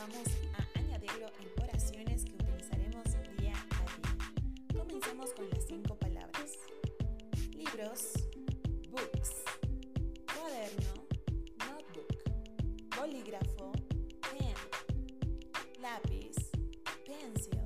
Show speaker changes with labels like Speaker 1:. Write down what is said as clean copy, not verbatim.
Speaker 1: vamos a añadirlo en oraciones que utilizaremos día a día. Comenzamos con las 5 palabras. Libros, books. Cuaderno, notebook. Bolígrafo, pen. Lápiz, pencil.